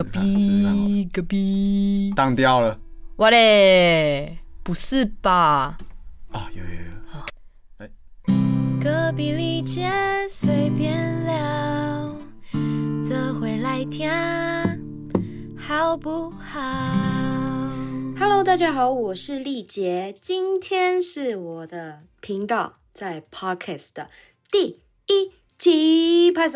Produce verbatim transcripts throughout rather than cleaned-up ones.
隔壁隔壁当掉了， 我嘞，不是吧？ 啊，有有有，哎， 隔壁里姐随便聊，这回来听好不好 Hello， 大家好，我是丽杰，今天是我的频道在 Podcast 的第一集，拍手。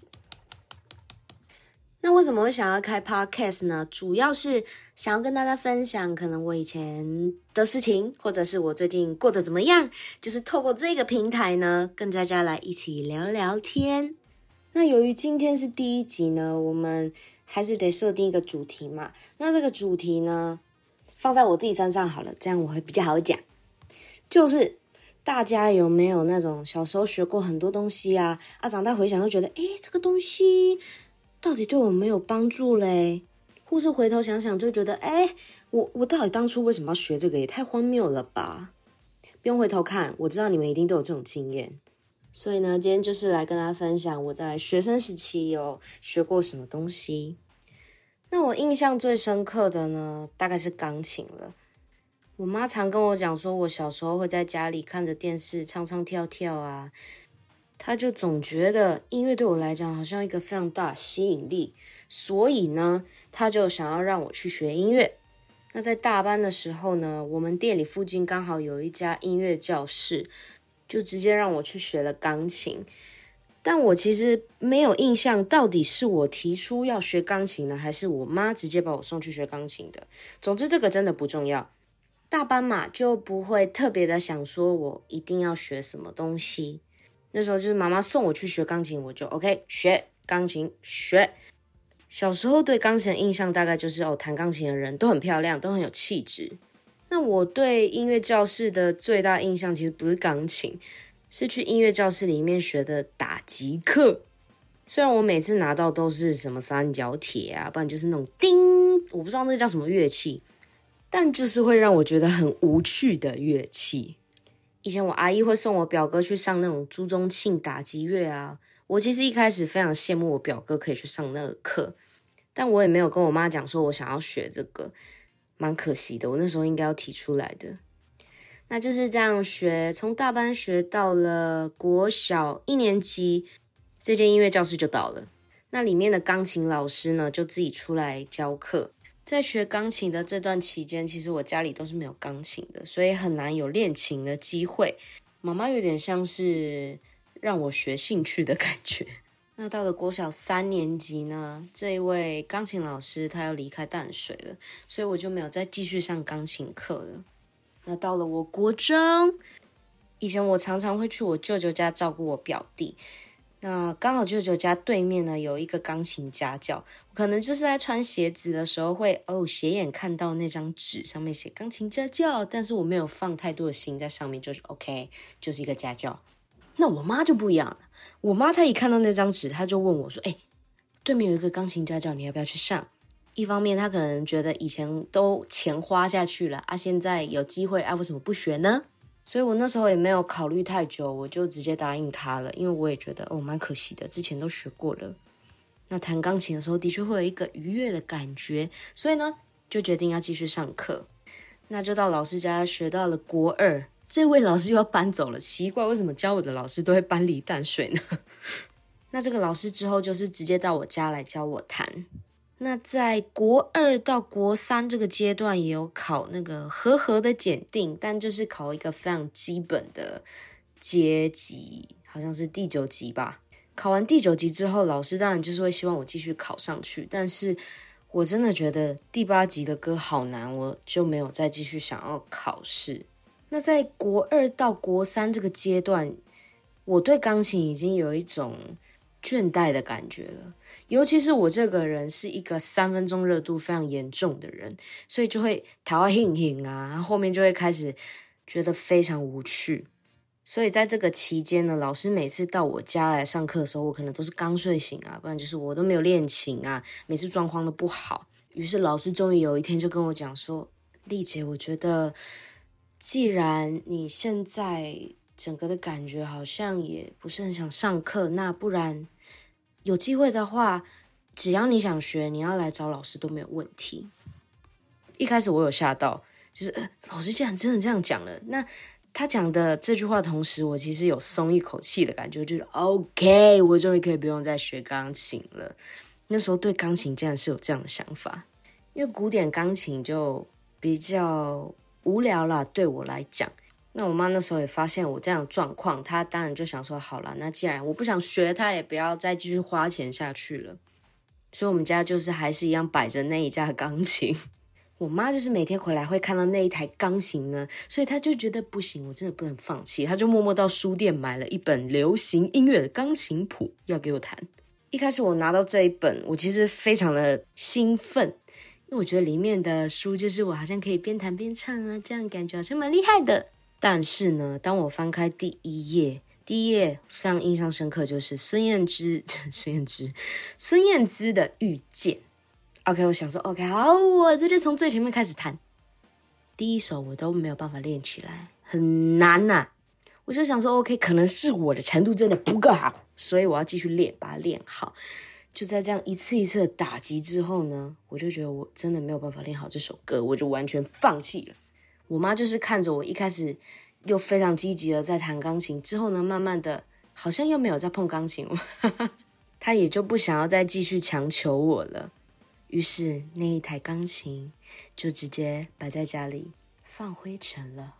那为什么会想要开 Podcast 呢？主要是想要跟大家分享可能我以前的事情，或者是我最近过得怎么样，就是透过这个平台呢，跟大家来一起聊聊天。那由于今天是第一集呢，我们还是得设定一个主题嘛。那这个主题呢，放在我自己身上好了，这样我会比较好讲。就是大家有没有那种小时候学过很多东西啊，啊长大回想又觉得，诶这个东西到底对我没有帮助嘞？或是回头想想就觉得，诶我我到底当初为什么要学这个？也太荒谬了吧！不用回头看，我知道你们一定都有这种经验。所以呢，今天就是来跟大家分享我在学生时期有学过什么东西。那我印象最深刻的呢，大概是钢琴了。我妈常跟我讲说，我小时候会在家里看着电视唱唱跳跳啊，她就总觉得音乐对我来讲好像一个非常大的吸引力，所以呢，她就想要让我去学音乐。那在大班的时候呢，我们店里附近刚好有一家音乐教室，就直接让我去学了钢琴。但我其实没有印象，到底是我提出要学钢琴呢，还是我妈直接把我送去学钢琴的。总之这个真的不重要。大班嘛，就不会特别的想说我一定要学什么东西。那时候就是妈妈送我去学钢琴，我就 OK 学钢琴学。小时候对钢琴的印象大概就是哦，弹钢琴的人都很漂亮，都很有气质。那我对音乐教室的最大印象其实不是钢琴，是去音乐教室里面学的打击课。虽然我每次拿到都是什么三角铁啊，不然就是那种叮，我不知道那叫什么乐器，但就是会让我觉得很无趣的乐器。以前我阿姨会送我表哥去上那种朱宗庆打击乐啊，我其实一开始非常羡慕我表哥可以去上那个课，但我也没有跟我妈讲说我想要学这个，蛮可惜的，我那时候应该要提出来的。那就是这样学，从大班学到了国小一年级，这间音乐教室就到了。那里面的钢琴老师呢，就自己出来教课。在学钢琴的这段期间，其实我家里都是没有钢琴的，所以很难有练琴的机会。妈妈有点像是让我学兴趣的感觉。那到了国小三年级呢，这一位钢琴老师他要离开淡水了，所以我就没有再继续上钢琴课了。那到了我国中，以前我常常会去我舅舅家照顾我表弟。那刚好舅舅家对面呢有一个钢琴家教，我可能就是在穿鞋子的时候会哦斜眼看到那张纸上面写钢琴家教，但是我没有放太多的心在上面，就是 OK 就是一个家教。那我妈就不一样了，我妈她一看到那张纸，她就问我说，哎、欸，对面有一个钢琴家教，你要不要去上？一方面她可能觉得以前都钱花下去了啊，现在有机会啊，为什么不学呢？所以我那时候也没有考虑太久，我就直接答应他了，因为我也觉得哦蛮可惜的，之前都学过了。那弹钢琴的时候的确会有一个愉悦的感觉，所以呢就决定要继续上课。那就到老师家学到了国二，这位老师又要搬走了，奇怪为什么教我的老师都会搬离淡水呢？那这个老师之后就是直接到我家来教我弹。那在国二到国三这个阶段也有考那个和合的检定，但就是考一个非常基本的阶级，好像是第九级吧。考完第九级之后，老师当然就是会希望我继续考上去，但是我真的觉得第八级的歌好难，我就没有再继续想要考试。那在国二到国三这个阶段，我对钢琴已经有一种倦怠的感觉了，尤其是我这个人是一个三分钟热度非常严重的人，所以就会头晕晕啊，后面就会开始觉得非常无趣。所以在这个期间呢，老师每次到我家来上课的时候，我可能都是刚睡醒啊，不然就是我都没有练琴啊，每次状况都不好。于是老师终于有一天就跟我讲说，丽姐，我觉得既然你现在整个的感觉好像也不是很想上课，那不然有机会的话， 只要你想学，你要来找老师都没有问题。一开始我有吓到，就是、呃、老师竟然真的这样讲了。那他讲的这句话的同时，我其实有松一口气的感觉，就是 OK， 我终于可以不用再学钢琴了。那时候对钢琴竟然是有这样的想法，因为古典钢琴就比较无聊啦，对我来讲。那我妈那时候也发现我这样的状况，她当然就想说，好啦，那既然我不想学，她也不要再继续花钱下去了。所以我们家就是还是一样摆着那一架钢琴。我妈就是每天回来会看到那一台钢琴呢，所以她就觉得不行，我真的不能放弃，她就默默到书店买了一本流行音乐的钢琴谱要给我弹。一开始我拿到这一本，我其实非常的兴奋，因为我觉得里面的书就是我好像可以边弹边唱啊，这样感觉好像蛮厉害的。但是呢，当我翻开第一页，第一页非常印象深刻，就是孙燕姿孙燕姿孙燕姿的《遇见》。OK， 我想说 OK 好，我这就从最前面开始弹。第一首我都没有办法练起来，很难啊。我就想说 OK， 可能是我的程度真的不够好，所以我要继续练，把它练好。就在这样一次一次的打击之后呢，我就觉得我真的没有办法练好这首歌，我就完全放弃了。我妈就是看着我一开始又非常积极的在弹钢琴，之后呢慢慢的好像又没有再碰钢琴了她也就不想要再继续强求我了。于是那一台钢琴就直接摆在家里放灰尘了。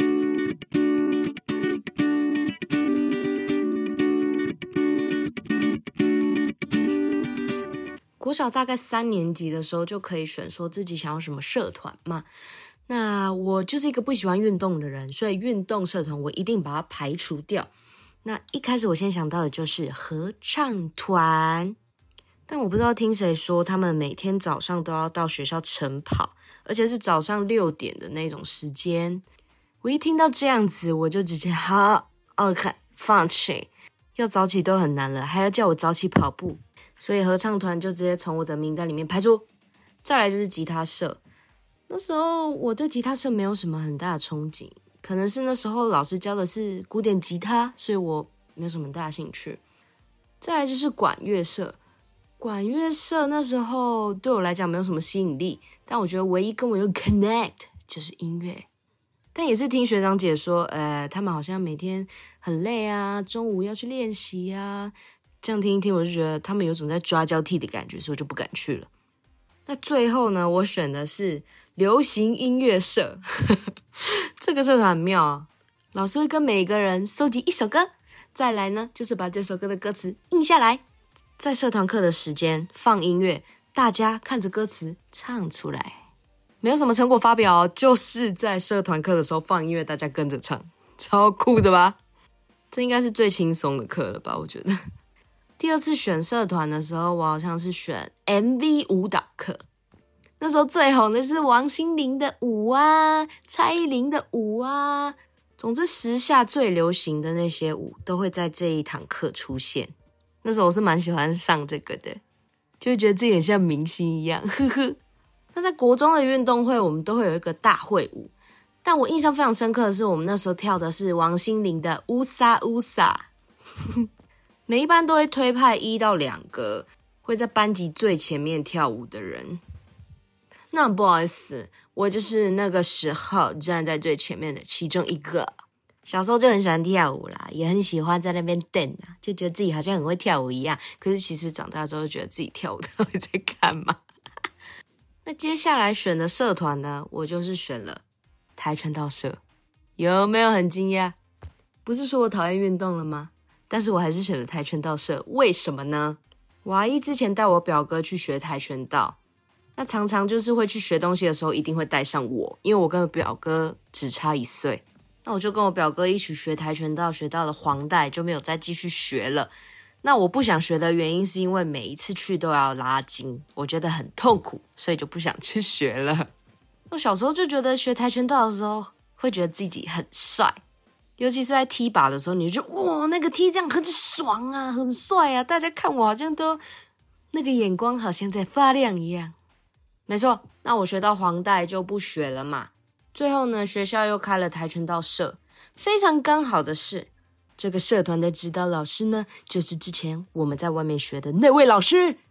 国小大概三年级的时候就可以选说自己想要什么社团嘛，那我就是一个不喜欢运动的人，所以运动社团我一定把它排除掉。那一开始我先想到的就是合唱团，但我不知道听谁说他们每天早上都要到学校晨跑，而且是早上六点的那种时间。我一听到这样子，我就直接好 OK 放弃，要早起都很难了，还要叫我早起跑步，所以合唱团就直接从我的名单里面排除。再来就是吉他社，那时候我对吉他社没有什么很大的憧憬，可能是那时候老师教的是古典吉他，所以我没有什么很大的兴趣。再来就是管乐社，管乐社那时候对我来讲没有什么吸引力，但我觉得唯一跟我有 connect 就是音乐。但也是听学长姐说，呃，他们好像每天很累啊，中午要去练习啊，这样听一听我就觉得他们有种在抓交替的感觉，所以我就不敢去了。那最后呢，我选的是流行音乐社这个社团很妙啊，老师会跟每个人收集一首歌，再来呢就是把这首歌的歌词印下来，在社团课的时间放音乐，大家看着歌词唱出来，没有什么成果发表，就是在社团课的时候放音乐，大家跟着唱，超酷的吧？这应该是最轻松的课了吧，我觉得。第二次选社团的时候，我好像是选 M V 舞蹈课。那时候最红的是王心凌的舞啊，蔡依林的舞啊，总之时下最流行的那些舞都会在这一堂课出现。那时候我是蛮喜欢上这个的，就会觉得自己很像明星一样，呵呵。那在国中的运动会，我们都会有一个大会舞，但我印象非常深刻的是，我们那时候跳的是王心凌的乌萨乌萨。每一班都会推派一到两个会在班级最前面跳舞的人。那不好意思，我就是那个时候站在最前面的其中一个。小时候就很喜欢跳舞啦，也很喜欢在那边瞪啊，就觉得自己好像很会跳舞一样。可是其实长大之后就觉得自己跳舞到底在干嘛？那接下来选的社团呢，我就是选了跆拳道社。有没有很惊讶？不是说我讨厌运动了吗？但是我还是选了跆拳道社。为什么呢？我阿姨之前带我表哥去学跆拳道，那常常就是会去学东西的时候一定会带上我，因为我跟我表哥只差一岁。那我就跟我表哥一起学跆拳道，学到了黄带，就没有再继续学了。那我不想学的原因是因为每一次去都要拉筋，我觉得很痛苦，所以就不想去学了。我小时候就觉得学跆拳道的时候会觉得自己很帅，尤其是在踢靶的时候，你就觉得哇，那个踢这样很爽啊，很帅啊，大家看我好像都那个眼光好像在发亮一样。没错，那我学到黄带就不学了嘛。最后呢，学校又开了跆拳道社。非常刚好的是，这个社团的指导老师呢，就是之前我们在外面学的那位老师。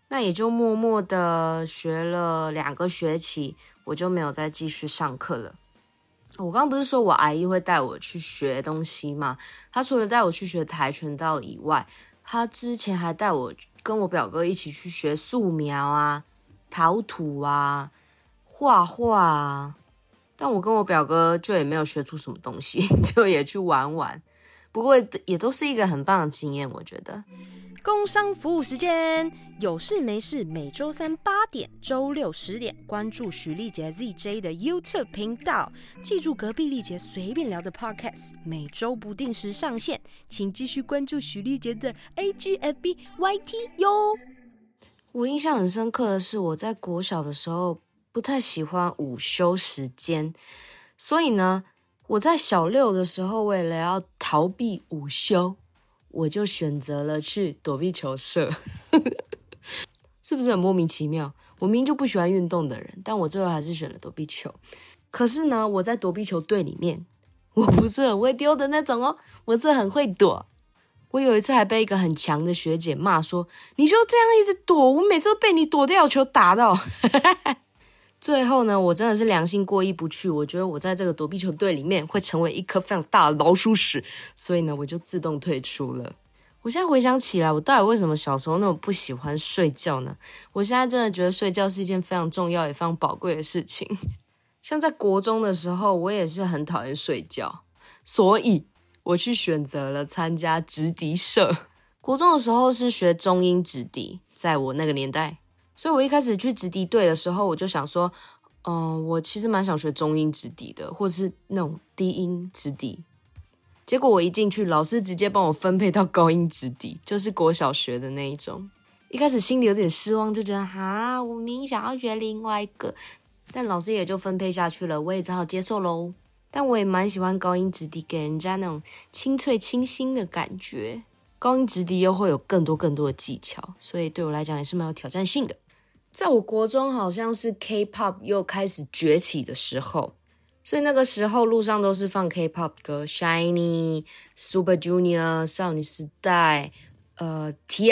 那也就默默的学了两个学期，我就没有再继续上课了。我刚刚不是说我阿姨会带我去学东西吗？她除了带我去学跆拳道以外，她之前还带我跟我表哥一起去学素描啊、陶土啊、画画啊。但我跟我表哥就也没有学出什么东西，就也去玩玩。不过也都是一个很棒的经验，我觉得。 工商服务时间，有事没事，每周三八点，周六十点，关注许丽杰 Z J 的 YouTube 频道。记住隔壁丽杰随便聊的 Podcast， 每周不定时上线，请继续关注许丽杰的 I G F B Y T 哟。 我印象很深刻的是，我在国小的时候不太喜欢午休时间，所以呢，我在小六的时候，为了要逃避午休，我就选择了去躲避球社。是不是很莫名其妙？我明明就不喜欢运动的人，但我最后还是选了躲避球。可是呢，我在躲避球队里面，我不是很会丢的那种哦，我是很会躲。我有一次还被一个很强的学姐骂说，你就这样一直躲，我每次都被你躲掉球打到。最后呢，我真的是良心过意不去，我觉得我在这个躲避球队里面会成为一颗非常大的老鼠屎，所以呢，我就自动退出了。我现在回想起来，我到底为什么小时候那么不喜欢睡觉呢？我现在真的觉得睡觉是一件非常重要也非常宝贵的事情。像在国中的时候，我也是很讨厌睡觉，所以我去选择了参加直笛社。国中的时候是学中音直笛，在我那个年代。所以我一开始去直笛队的时候，我就想说，嗯、呃，我其实蛮想学中音直笛的，或者是那种低音直笛。结果我一进去，老师直接帮我分配到高音直笛，就是国小学的那一种。一开始心里有点失望，就觉得哈，我明明想要学另外一个，但老师也就分配下去了，我也只好接受咯。但我也蛮喜欢高音直笛，给人家那种清脆清新的感觉。高音直笛又会有更多更多的技巧，所以对我来讲也是蛮有挑战性的。在我国中好像是 K-pop 又开始崛起的时候，所以那个时候路上都是放 K-pop 歌 ，Shiny、Super Junior、少女时代、呃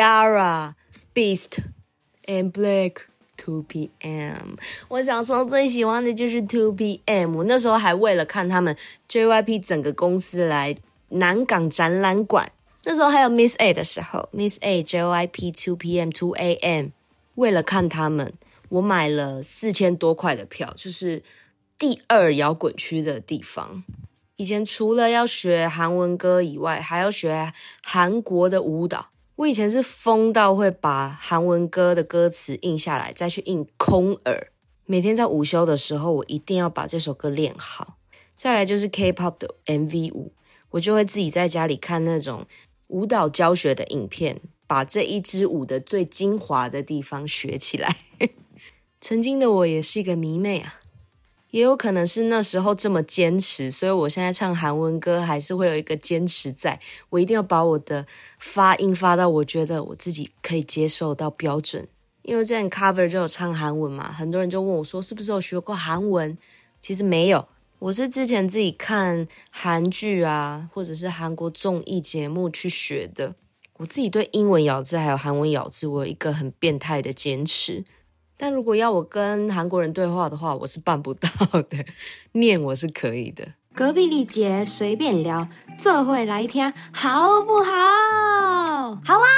Tiara、Beast、and Black、two P M。我小时候最喜欢的就是 two P M， 我那时候还为了看他们 J Y P 整个公司来南港展览馆，那时候还有 Miss A 的时候 ，Miss A、J Y P、two P M、two A M。为了看他们，我买了四千多块的票，就是第二摇滚区的地方。以前除了要学韩文歌以外，还要学韩国的舞蹈。我以前是疯到会把韩文歌的歌词印下来，再去印空耳。每天在午休的时候，我一定要把这首歌练好。再来就是 K-pop 的 M V 舞，我就会自己在家里看那种舞蹈教学的影片，把这一支舞的最精华的地方学起来。曾经的我也是一个迷妹啊，也有可能是那时候这么坚持，所以我现在唱韩文歌还是会有一个坚持在，我一定要把我的发音发到我觉得我自己可以接受到标准。因为之前 cover 就有唱韩文嘛，很多人就问我说是不是有学过韩文，其实没有，我是之前自己看韩剧啊，或者是韩国综艺节目去学的。我自己对英文咬字还有韩文咬字，我有一个很变态的坚持。但如果要我跟韩国人对话的话，我是办不到的。念我是可以的。 隔壁丽姐随便聊，这会来听好不好？好啊！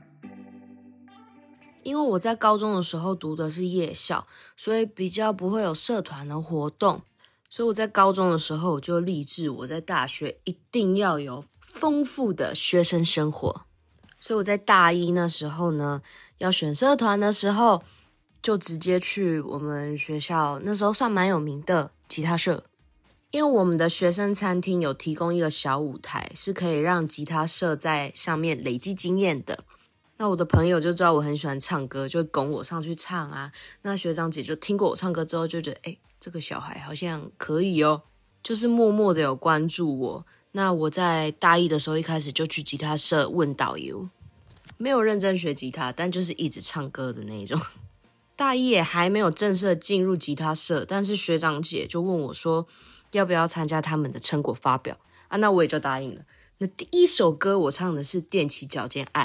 因为我在高中的时候读的是夜校，所以比较不会有社团的活动。所以我在高中的时候，我就立志我在大学一定要有丰富的学生生活。所以我在大一那时候呢，要选社团的时候，就直接去我们学校那时候算蛮有名的吉他社。因为我们的学生餐厅有提供一个小舞台，是可以让吉他社在上面累积经验的。那我的朋友就知道我很喜欢唱歌，就拱我上去唱啊。那学长姐就听过我唱歌之后，就觉得诶这个小孩好像可以哦，就是默默的有关注我。那我在大一的时候一开始就去吉他社问导游，没有认真学吉他，但就是一直唱歌的那种。大一也还没有正式进入吉他社，但是学长姐就问我说要不要参加他们的成果发表啊，那我也就答应了。那第一首歌我唱的是踮起脚尖爱，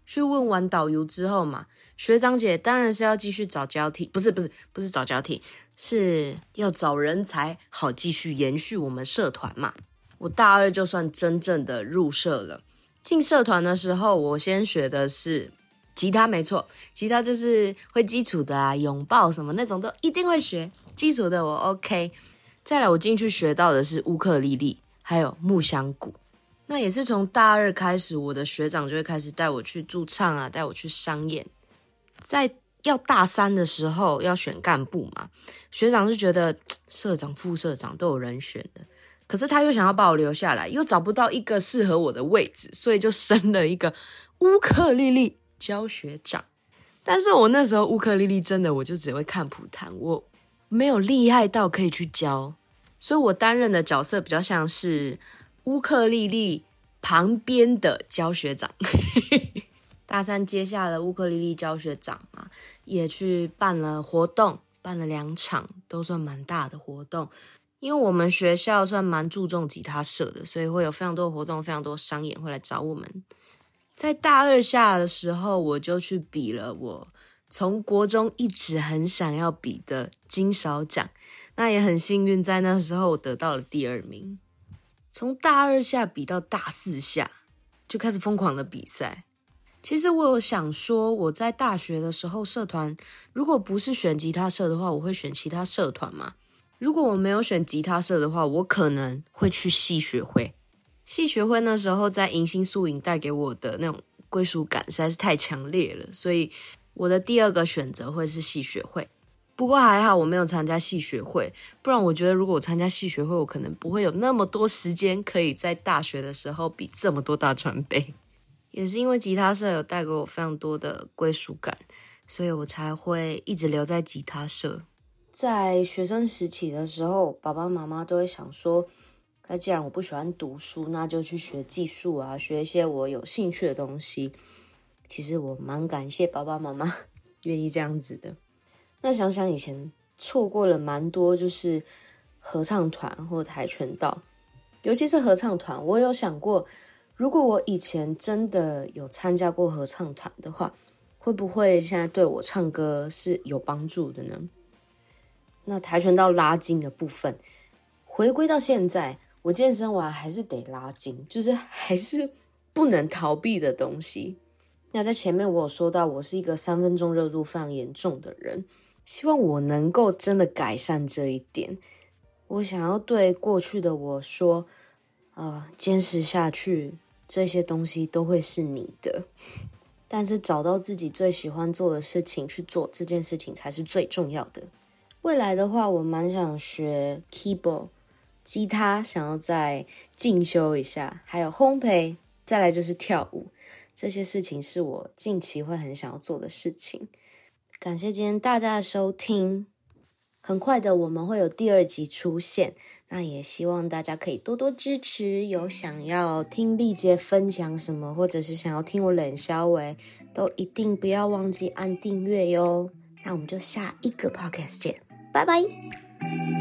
去问完导游之后嘛，学长姐当然是要继续找交替，不是不是不是找交替，是要找人才，好继续延续我们社团嘛。我大二就算真正的入社了。进社团的时候，我先学的是吉他，没错，吉他就是会基础的啊，拥抱什么那种都一定会学，基础的我 OK。再来，我进去学到的是乌克丽丽，还有木箱鼓。那也是从大二开始，我的学长就会开始带我去驻唱啊，带我去商演。在要大三的时候要选干部嘛，学长就觉得社长、副社长都有人选的，可是他又想要把我留下来，又找不到一个适合我的位置，所以就升了一个乌克丽丽教学长。但是我那时候乌克丽丽真的我就只会看谱弹，我没有厉害到可以去教，所以我担任的角色比较像是乌克丽丽旁边的教学长。大三接下了乌克丽丽教学长嘛，也去办了活动，办了两场，都算蛮大的活动。因为我们学校算蛮注重吉他社的，所以会有非常多的活动，非常多商演会来找我们。在大二下的时候，我就去比了我从国中一直很想要比的金勺奖，那也很幸运，在那时候我得到了第二名。从大二下比到大四下，就开始疯狂的比赛。其实我有想说，我在大学的时候社团，如果不是选吉他社的话，我会选其他社团嘛。如果我没有选吉他社的话，我可能会去系学会。系学会那时候在迎新宿营带给我的那种归属感实在是太强烈了，所以我的第二个选择会是系学会。不过还好我没有参加系学会，不然我觉得如果我参加系学会，我可能不会有那么多时间可以在大学的时候比这么多大专杯。也是因为吉他社有带给我非常多的归属感，所以我才会一直留在吉他社。在学生时期的时候，爸爸妈妈都会想说，那既然我不喜欢读书，那就去学技术啊，学一些我有兴趣的东西。其实我蛮感谢爸爸妈妈愿意这样子的。那想想以前错过了蛮多，就是合唱团或跆拳道，尤其是合唱团，我有想过，如果我以前真的有参加过合唱团的话，会不会现在对我唱歌是有帮助的呢？那跆拳道拉筋的部分，回归到现在，我健身完还是得拉筋，就是还是不能逃避的东西。那在前面我有说到，我是一个三分钟热度非常严重的人，希望我能够真的改善这一点。我想要对过去的我说，呃，坚持下去，这些东西都会是你的。但是找到自己最喜欢做的事情去做，这件事情才是最重要的。未来的话，我蛮想学 keyboard 吉他，想要再进修一下，还有烘焙，再来就是跳舞，这些事情是我近期会很想要做的事情。感谢今天大家的收听，很快的我们会有第二集出现，那也希望大家可以多多支持。有想要听丽姐分享什么，或者是想要听我冷消维，都一定不要忘记按订阅哟。那我们就下一个 podcast 见，拜拜。